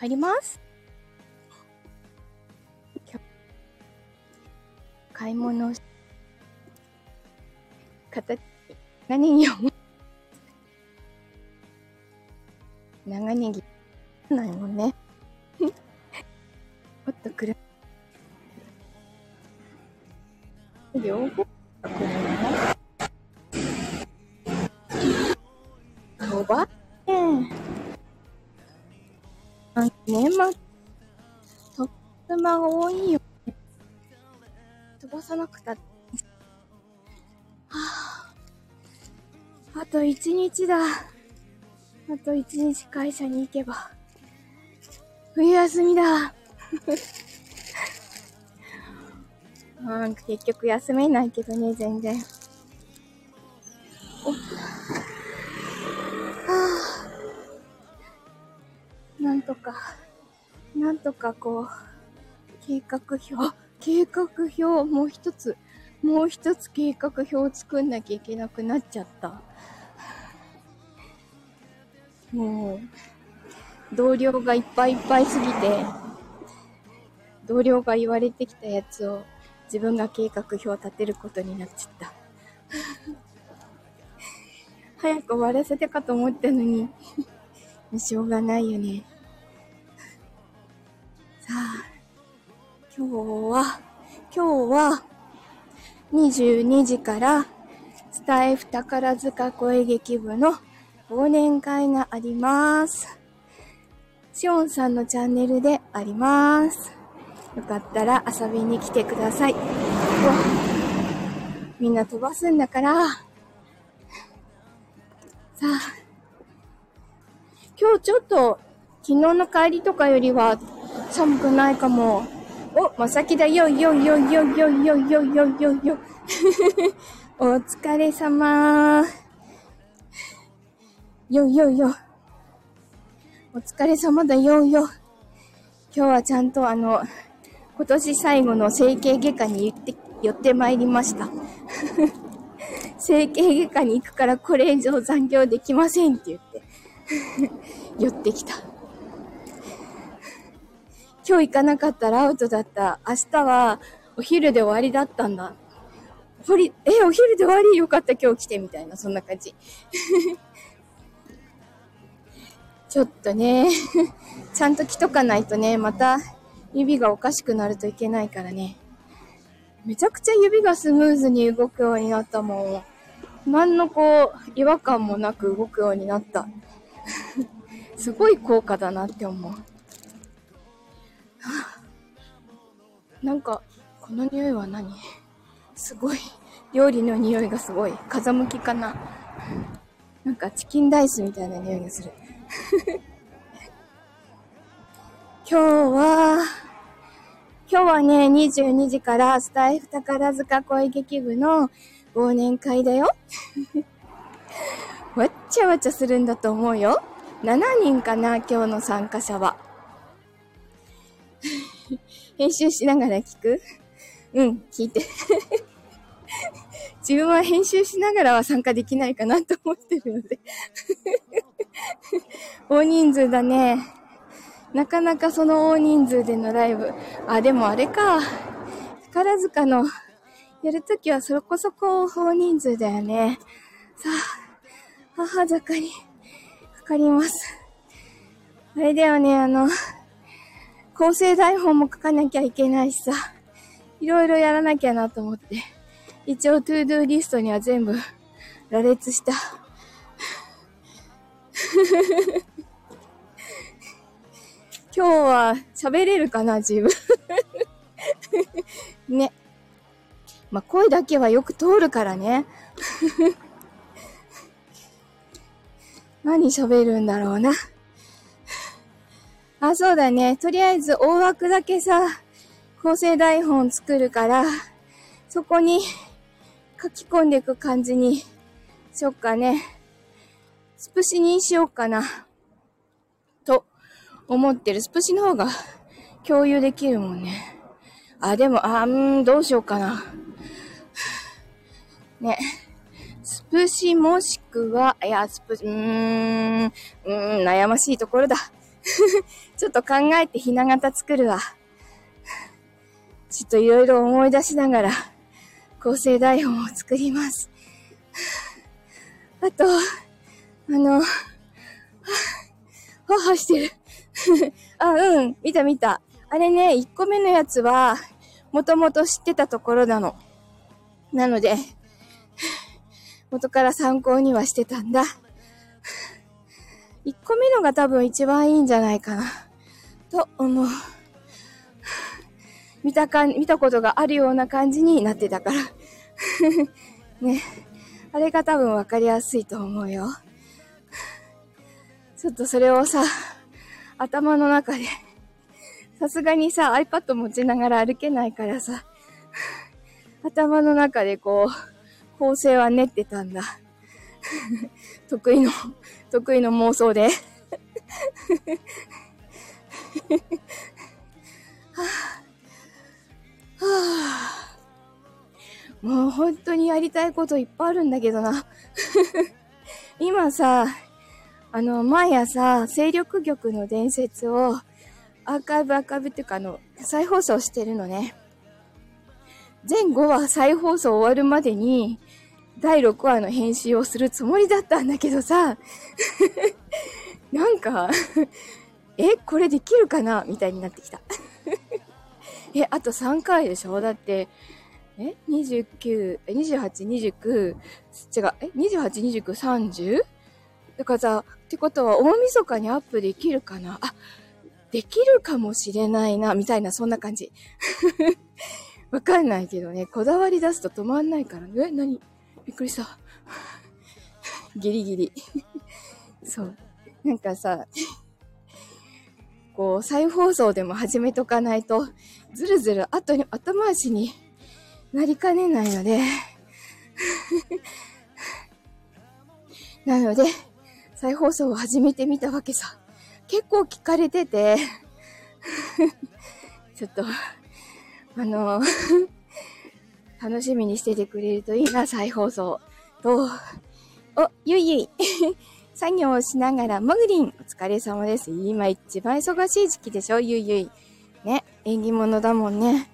入ります。買い物をし、長ネギを長ネギないもんね。もっとくる。両方くるの？飛ばね。トップマが多いよ。飛ばさなくたって。あと1日だ。あと1日会社に行けば。冬休みだ。結局休めないけどね、全然。なんとかこう、計画表、もう一つ計画表を作んなきゃいけなくなっちゃった。もう、同僚がいっぱいすぎて、同僚が言われてきたやつを自分が計画表を立てることになっちゃった。早く終わらせてかと思ったのに、しょうがないよね。さあ、今日は22時からスタイフ宝塚声劇部の忘年会があります。しおんさんのチャンネルであります。よかったら遊びに来てください。みんな飛ばすんだから。さあ、今日ちょっと昨日の帰りとかよりは寒くないかも。まさきだよ。お疲れ様。お疲れ様だよ。今日はちゃんと今年最後の整形外科に寄ってまいりました。整形外科に行くからこれ以上残業できませんって言って寄ってきた。今日行かなかったらアウトだった。明日はお昼で終わりだったんだ。お昼で終わり？よかった、今日来てみたいな、そんな感じ。ちょっとね、ちゃんと着とかないとね、また指がおかしくなるといけないからね。めちゃくちゃ指がスムーズに動くようになったもん。何の違和感もなく動くようになった。すごい効果だなって思う。なんか、この匂いは何？すごい。料理の匂いがすごい。風向きかな。なんかチキンライスみたいな匂いがする。今日はね、22時からスタイフ宝塚声劇部の忘年会だよ。わっちゃわちゃするんだと思うよ。7人かな、今日の参加者は。編集しながら聞く？聞いて。自分は編集しながらは参加できないかなと思ってるので。大人数だね。なかなかその大人数でのライブ。でもあれか。宝塚のやるときはそこそこ大人数だよね。さあ、母坂にかかります。あれだよね、構成台本も書かなきゃいけないしさ。いろいろやらなきゃなと思って。一応トゥードゥーリストには全部羅列した。今日は喋れるかな、自分。ね。声だけはよく通るからね。何喋るんだろうな。そうだね。とりあえず大枠だけさ、構成台本作るから、そこに書き込んでいく感じにしよっかね。スプシにしようかな。と思ってる。スプシの方が共有できるもんね。でも、どうしようかな。ね。スプシもしくは、悩ましいところだ。 ちょっと考えてひな形作るわ。ちょっといろいろ思い出しながら構成台本を作ります。あと、ははしてる。あ、うん、見た。あれね、1個目のやつは、もともと知ってたところなの。なので、元から参考にはしてたんだ。1個目のが多分一番いいんじゃないかな。と思う。見たことがあるような感じになってたから。ね。あれが多分わかりやすいと思うよ。ちょっとそれをさ、頭の中で、さすがにさ、iPad 持ちながら歩けないからさ、頭の中でこう、構成は練ってたんだ。得意の妄想で。もう本当にやりたいこといっぱいあるんだけどな。今さ、毎朝、勢力玉の伝説をアーカイブっていうか再放送してるのね。全5話再放送終わるまでに、第6話の編集をするつもりだったんだけどさ、なんか、これできるかなみたいになってきた。あと3回でしょだって、29、28、29、違う、28、29、30? だからさ、ってことは大晦日にアップできるかなできるかもしれないな、みたいな、そんな感じ。わかんないけどね、こだわり出すと止まんないからね。何びっくりした。ギリギリ。そう。なんかさ、こう、再放送でも始めとかないと、ずるずる後回しになりかねないので、なので、再放送を始めてみたわけさ。結構聞かれてて、ちょっと、楽しみにしててくれるといいな、再放送。と、ゆい。作業をしながら、もぐりん、お疲れ様です。今一番忙しい時期でしょ、ゆい。ね、縁起物だもんね。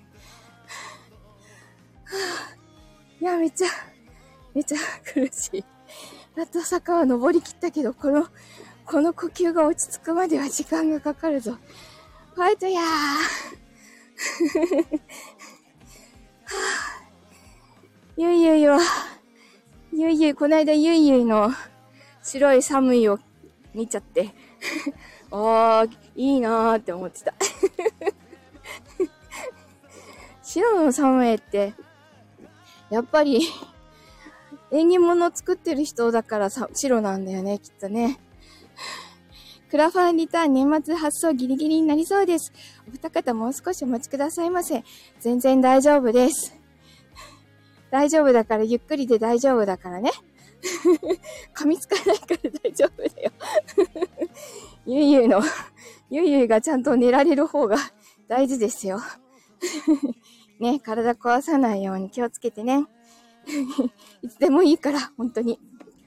いや、めっちゃ苦しい。やっと坂は登りきったけど、この呼吸が落ち着くまでは時間がかかるぞ。ファイトやー。ゆい、こないだゆいの白い寒いを見ちゃって、いいなーって思ってた。白の寒いって、やっぱり、縁起物作ってる人だから白なんだよね、きっとね。クラファンリターン年末発送ギリギリになりそうです。お二方もう少しお待ちくださいませ。全然大丈夫です。大丈夫だから、ゆっくりで大丈夫だからね。噛みつかないから大丈夫だよ。ゆいがちゃんと寝られる方が大事ですよ。ね、体壊さないように気をつけてね。いつでもいいから、本当に。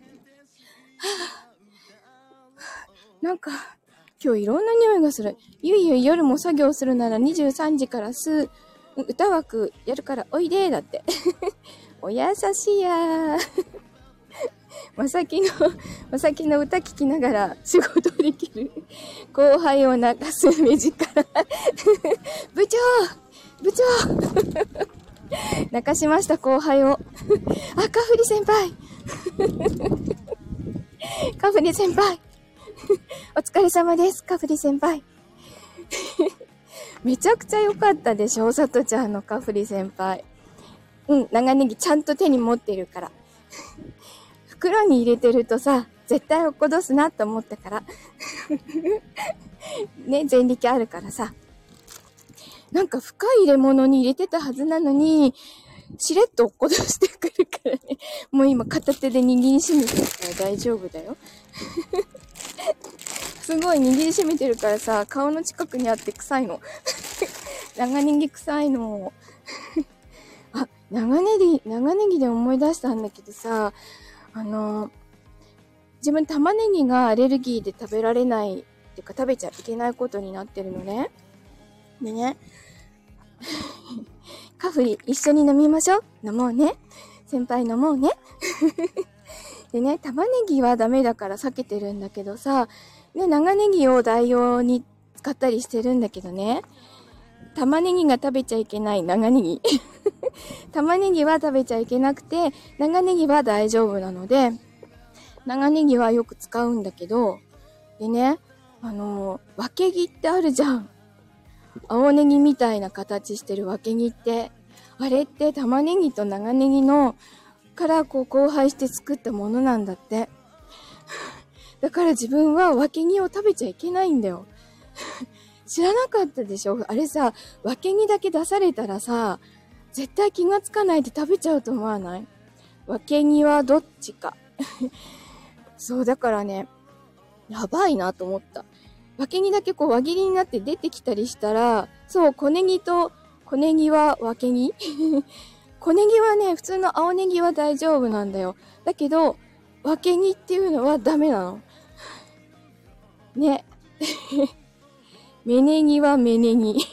なんか、今日いろんな匂いがする。ゆい夜も作業するなら23時から歌枠やるからおいでだって。お優しいやー。まさきの歌聞きながら仕事できる後輩を泣かす目力。部長泣かしました後輩を。カフリ先輩お疲れ様です、カフリ先輩。めちゃくちゃ良かったでしょ、さとちゃんのカフリ先輩。長ネギちゃんと手に持ってるから。袋に入れてるとさ、絶対落っことすなと思ったから。ね、前力あるからさ。なんか深い入れ物に入れてたはずなのに、しれっと落っことしてくるからね。もう今片手で握りしめてるから大丈夫だよ。すごい握りしめてるからさ、顔の近くにあって臭いの。長ネギ臭いの。長ネギで思い出したんだけどさ、自分玉ねぎがアレルギーで食べられないっていうか食べちゃいけないことになってるのね。でね、カフリ一緒に飲みましょう。飲もうね。先輩飲もうね。でね、玉ねぎはダメだから避けてるんだけどさ、ね、長ネギを代用に使ったりしてるんだけどね、玉ねぎが食べちゃいけない長ネギ。玉ねぎは食べちゃいけなくて、長ネギは大丈夫なので、長ネギはよく使うんだけど、でね、分け木ってあるじゃん。青ネギみたいな形してる分け木って、あれって玉ねぎと長ネギのから交配して作ったものなんだって。だから自分は分け木を食べちゃいけないんだよ。知らなかったでしょ？あれさ、分け木だけ出されたらさ、絶対気がつかないで食べちゃうと思わない？分け木はどっちか。そう、だからね、やばいなと思った。分け木だけ輪切りになって出てきたりしたら、そう、小ネギは分け木小ネギはね、普通の青ネギは大丈夫なんだよ。だけど、分け木っていうのはダメなの。ね。芽ネギは芽ネギ。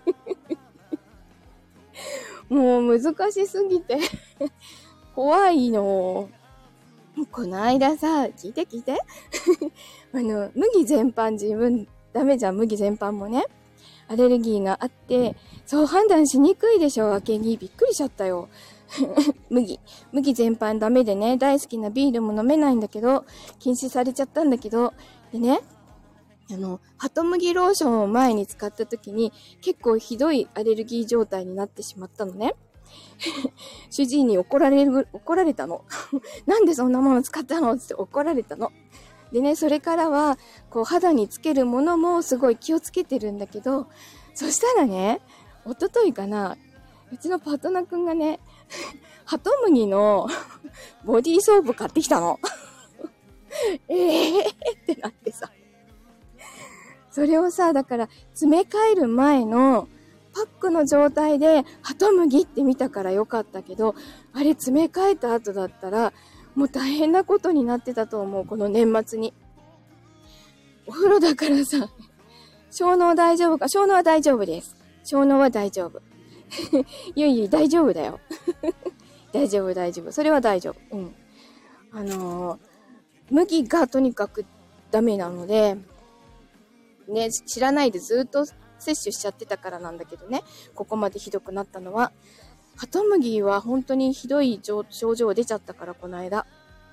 もう難しすぎて怖いの。この間さ、聞いて麦全般自分ダメじゃん。麦全般もね、アレルギーがあって、そう判断しにくいでしょ。分け木びっくりしちゃったよ。麦全般ダメでね、大好きなビールも飲めないんだけど、禁止されちゃったんだけど、でね、ハトムギローションを前に使った時に結構ひどいアレルギー状態になってしまったのね。主人に怒られたの。なんでそんなもの使ったのって怒られたの。でね、それからは肌につけるものもすごい気をつけてるんだけど、そしたらね、一昨日かな、うちのパートナーくんがね、ハトムギのボディーソープ買ってきたの。ってなってさ。それをさ、だから詰め替える前のパックの状態でハトムギって見たからよかったけど、あれ詰め替えた後だったらもう大変なことになってたと思う。この年末にお風呂だからさ、小脳大丈夫か？小脳は大丈夫です。小脳は大丈夫。ゆい大丈夫だよ。大丈夫。それは大丈夫。うん。麦がとにかくダメなので、ね、知らないでずっと摂取しちゃってたからなんだけどね、ここまでひどくなったのは。ハトムギは本当にひどい症状出ちゃったから、この間。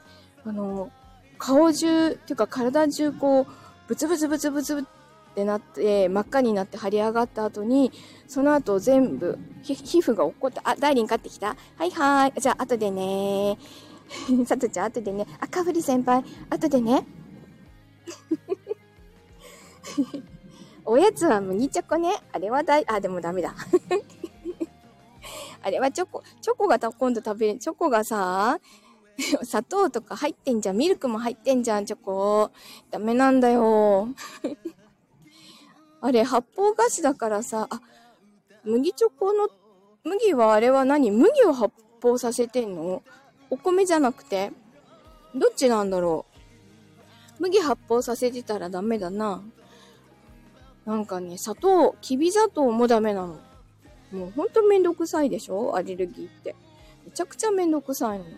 顔中、っていうか体中ブツブツってなって、真っ赤になって張り上がった後に、その後全部、皮膚が落っこった。あ、ダイリン買ってきた？はいはい。じゃあ、後でね。さとちゃん、後でね。あ、かぶり先輩、後でね。おやつは麦チョコね。あれはでもダメだ。あれはチョコが今度食べる。チョコがさ、砂糖とか入ってんじゃん。ミルクも入ってんじゃん、チョコ。ダメなんだよ。あれ、発泡菓子だからさ、麦はあれは何？麦を発泡させてんの？お米じゃなくて？どっちなんだろう？麦発泡させてたらダメだな。なんかね、きび砂糖もダメなの。もうほんとめんどくさいでしょ？アレルギーって。めちゃくちゃめんどくさいの。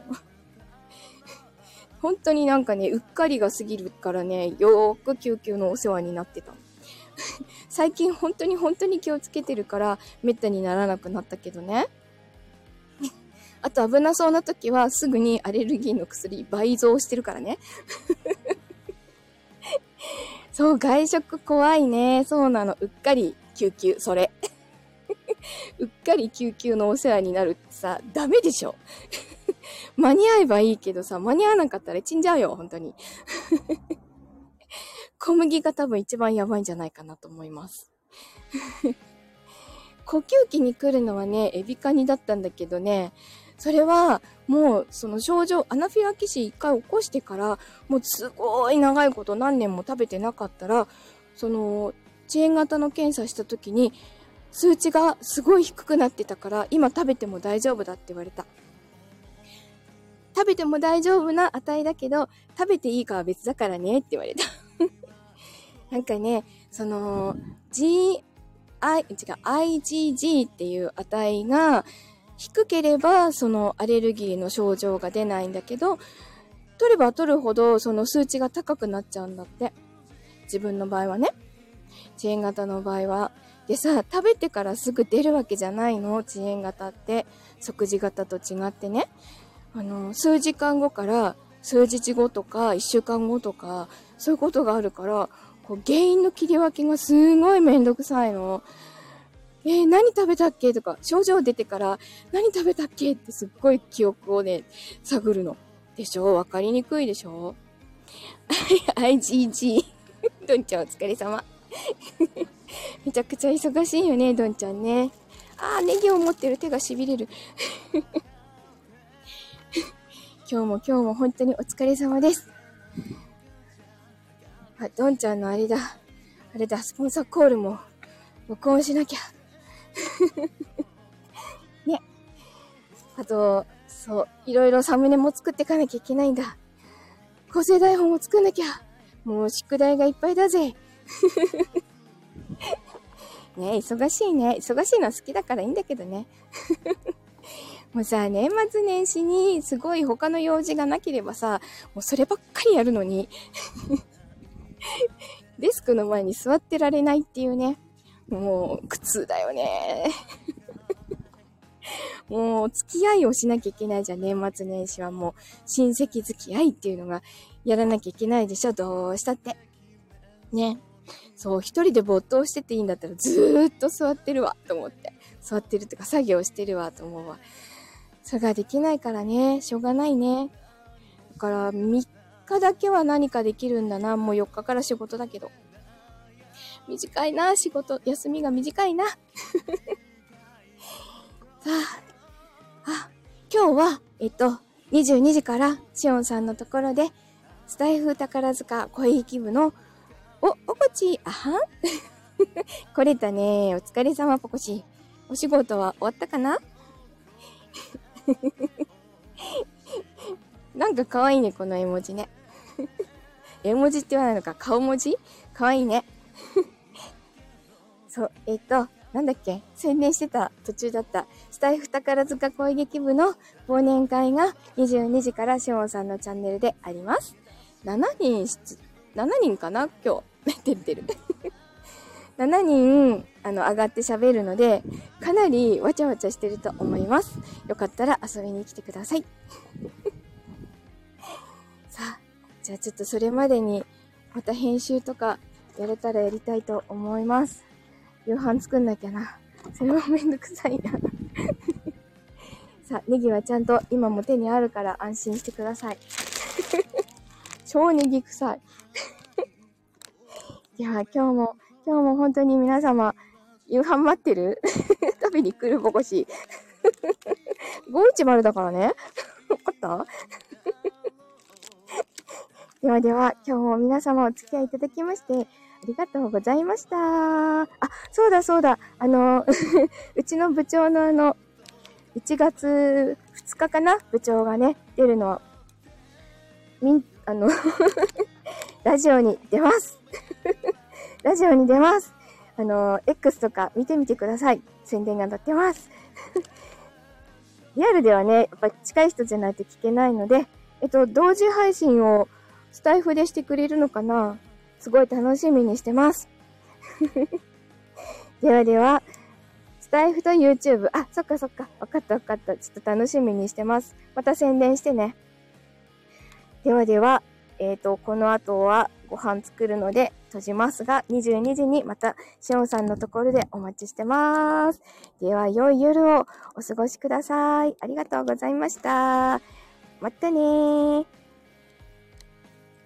本当になんかね、うっかりが過ぎるからね、よーく救急のお世話になってた。最近本当に気をつけてるから、めったにならなくなったけどね。あと危なそうな時はすぐにアレルギーの薬倍増してるからね。そう、外食怖いね。そうなの。うっかり救急、それ。うっかり救急のお世話になるってさ、ダメでしょ。間に合えばいいけどさ、間に合わなかったら死んじゃうよ、本当に。小麦が多分一番やばいんじゃないかなと思います。呼吸器に来るのはね、エビカニだったんだけどね、それはもうその症状、アナフィラキシー一回起こしてから、もうすごい長いこと何年も食べてなかったら、その遅延型の検査した時に数値がすごい低くなってたから、今食べても大丈夫だって言われた。食べても大丈夫な値だけど、食べていいかは別だからねって言われた。 なんかね、IgG っていう値が低ければ、そのアレルギーの症状が出ないんだけど、取れば取るほどその数値が高くなっちゃうんだって。自分の場合はね。遅延型の場合は。でさ、食べてからすぐ出るわけじゃないの、遅延型って。即時型と違ってね。数時間後から数日後とか1週間後とか、そういうことがあるから、こう原因の切り分けがすごいめんどくさいの。何食べたっけとか、症状出てから何食べたっけってすっごい記憶をね、探るの。でしょ？わかりにくいでしょ？IgG。どんちゃんお疲れ様。めちゃくちゃ忙しいよね、どんちゃんね。ネギを持ってる手が痺れる。今日も本当にお疲れ様です。どんちゃんのあれだ、スポンサーコールも録音しなきゃ。ね。あと、そう、いろいろサムネも作っていかなきゃいけないんだ。構成台本も作んなきゃ。もう宿題がいっぱいだぜ。ね、忙しいね。忙しいのは好きだからいいんだけどね。もうさ、年末年始にすごい他の用事がなければさ、もうそればっかりやるのに。デスクの前に座ってられないっていうね。もう苦痛だよね。もう付き合いをしなきゃいけないじゃん。年末年始はもう親戚付き合いっていうのがやらなきゃいけないでしょ。どうしたって。ね。そう、一人で没頭してていいんだったらずーっと座ってるわと思って。座ってるとか作業してるわと思うわ。それができないからね。しょうがないね。だから3日だけは何かできるんだな。もう4日から仕事だけど。短いな、仕事。休みが短いな。さあ、今日は、22時からしおんさんのところで、スタイフ宝塚声劇部のおこち、来れたね。お疲れ様、ポコチ。お仕事は終わったかな？なんか可愛いね、この絵文字ね。絵文字って言わないのか、顔文字？可愛いね。そう、なんだっけ？宣伝してた途中だった。スタイフ宝塚声劇部の忘年会が22時からしおんさんのチャンネルであります。7人かな？今日。出てる。7人、上がって喋るので、かなりわちゃわちゃしてると思います。よかったら遊びに来てください。さあ、じゃあちょっとそれまでに、また編集とかやれたらやりたいと思います。夕飯作んなきゃな。それもめんどくさいな。さあ、ネギはちゃんと今も手にあるから安心してください。超ネギ臭い。いや、今日も本当に皆様、夕飯待ってる？食べに来るぼこし。510だからね。わかった？では、今日も皆様お付き合いいただきまして、ありがとうございました。そうだ。うちの部長の1月2日かな？部長がね、出るのは、ラジオに出ます。ラジオに出ます。X とか見てみてください。宣伝が載ってます。リアルではね、やっぱ近い人じゃないと聞けないので、同時配信をスタイフでしてくれるのかな？すごい楽しみにしてます。では、スタイフと YouTube。そっか。わかった。ちょっと楽しみにしてます。また宣伝してね。では、この後はご飯作るので閉じますが、22時にまたしおんさんのところでお待ちしてます。では、良い夜をお過ごしください。ありがとうございました。またねー。